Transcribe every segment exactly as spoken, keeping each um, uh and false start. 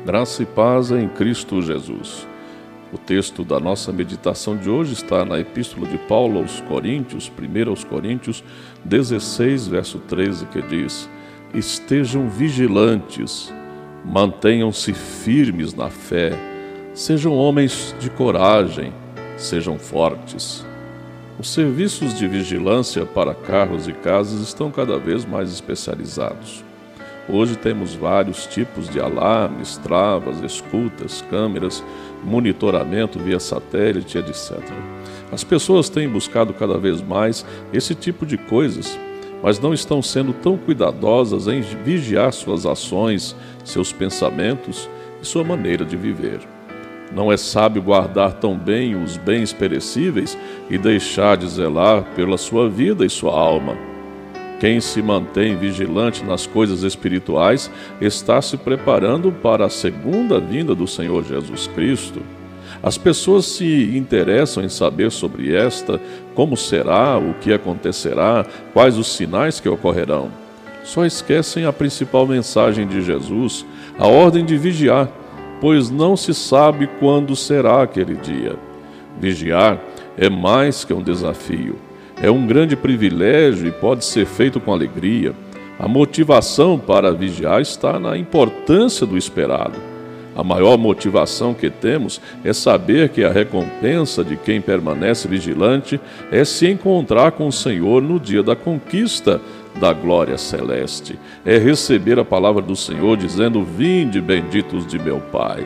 Graça e paz em Cristo Jesus. O texto da nossa meditação de hoje está na Epístola de Paulo aos Coríntios, primeiro aos Coríntios dezesseis, verso treze, que diz: Estejam vigilantes, mantenham-se firmes na fé, sejam homens de coragem, sejam fortes. Os serviços de vigilância para carros e casas estão cada vez mais especializados. Hoje temos vários tipos de alarmes, travas, escutas, câmeras, monitoramento via satélite, etcétera. As pessoas têm buscado cada vez mais esse tipo de coisas, mas não estão sendo tão cuidadosas em vigiar suas ações, seus pensamentos e sua maneira de viver. Não é sábio guardar tão bem os bens perecíveis e deixar de zelar pela sua vida e sua alma. Quem se mantém vigilante nas coisas espirituais está se preparando para a segunda vinda do Senhor Jesus Cristo. As pessoas se interessam em saber sobre esta, como será, o que acontecerá, quais os sinais que ocorrerão. Só esquecem a principal mensagem de Jesus, a ordem de vigiar, pois não se sabe quando será aquele dia. Vigiar é mais que um desafio. É um grande privilégio e pode ser feito com alegria. A motivação para vigiar está na importância do esperado. A maior motivação que temos é saber que a recompensa de quem permanece vigilante é se encontrar com o Senhor no dia da conquista da glória celeste. É receber a palavra do Senhor dizendo: Vinde, benditos de meu Pai.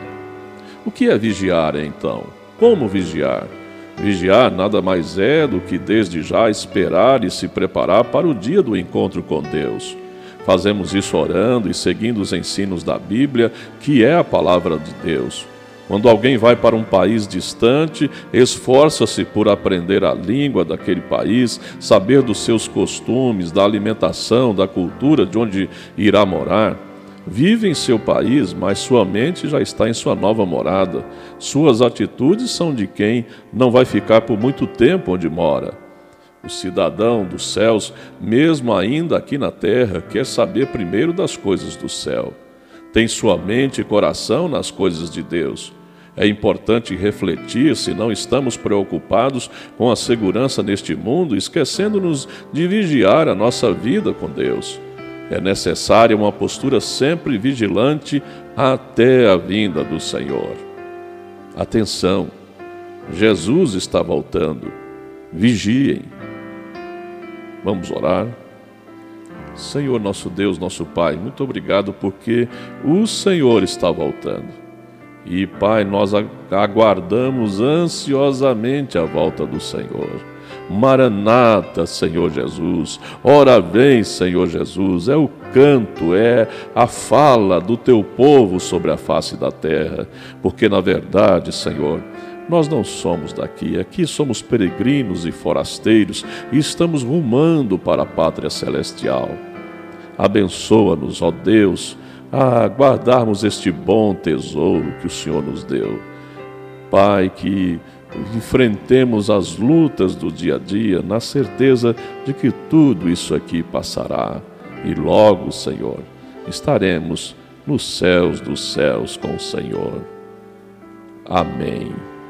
O que é vigiar, então? Como vigiar? Vigiar nada mais é do que desde já esperar e se preparar para o dia do encontro com Deus. Fazemos isso orando e seguindo os ensinos da Bíblia, que é a palavra de Deus. Quando alguém vai para um país distante, esforça-se por aprender a língua daquele país, saber dos seus costumes, da alimentação, da cultura de onde irá morar. Vive em seu país, mas sua mente já está em sua nova morada. Suas atitudes são de quem não vai ficar por muito tempo onde mora. O cidadão dos céus, mesmo ainda aqui na terra, quer saber primeiro das coisas do céu. Tem sua mente e coração nas coisas de Deus. É importante refletir se não estamos preocupados com a segurança neste mundo, esquecendo-nos de vigiar a nossa vida com Deus. É necessária uma postura sempre vigilante até a vinda do Senhor. Atenção, Jesus está voltando. Vigiem. Vamos orar? Senhor nosso Deus, nosso Pai, muito obrigado porque o Senhor está voltando. E, Pai, nós aguardamos ansiosamente a volta do Senhor. Maranata, Senhor Jesus, ora vem, Senhor Jesus, é o canto, é a fala do teu povo sobre a face da terra, porque na verdade, Senhor, nós não somos daqui, aqui somos peregrinos e forasteiros e estamos rumando para a pátria celestial. Abençoa-nos, ó Deus, a guardarmos este bom tesouro que o Senhor nos deu. Pai, que enfrentemos as lutas do dia a dia na certeza de que tudo isso aqui passará e logo, Senhor, estaremos nos céus dos céus com o Senhor. Amém.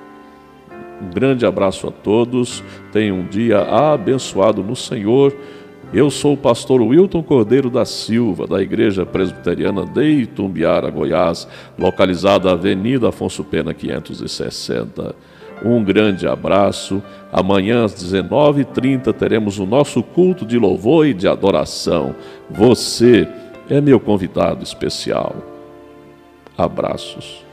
Um grande abraço a todos, tenham um dia abençoado no Senhor. Eu sou o pastor Wilton Cordeiro da Silva, da Igreja Presbiteriana de Itumbiara, Goiás, localizada na Avenida Afonso Pena quinhentos e sessenta. Um grande abraço. Amanhã às dezenove e trinta teremos o nosso culto de louvor e de adoração. Você é meu convidado especial. Abraços.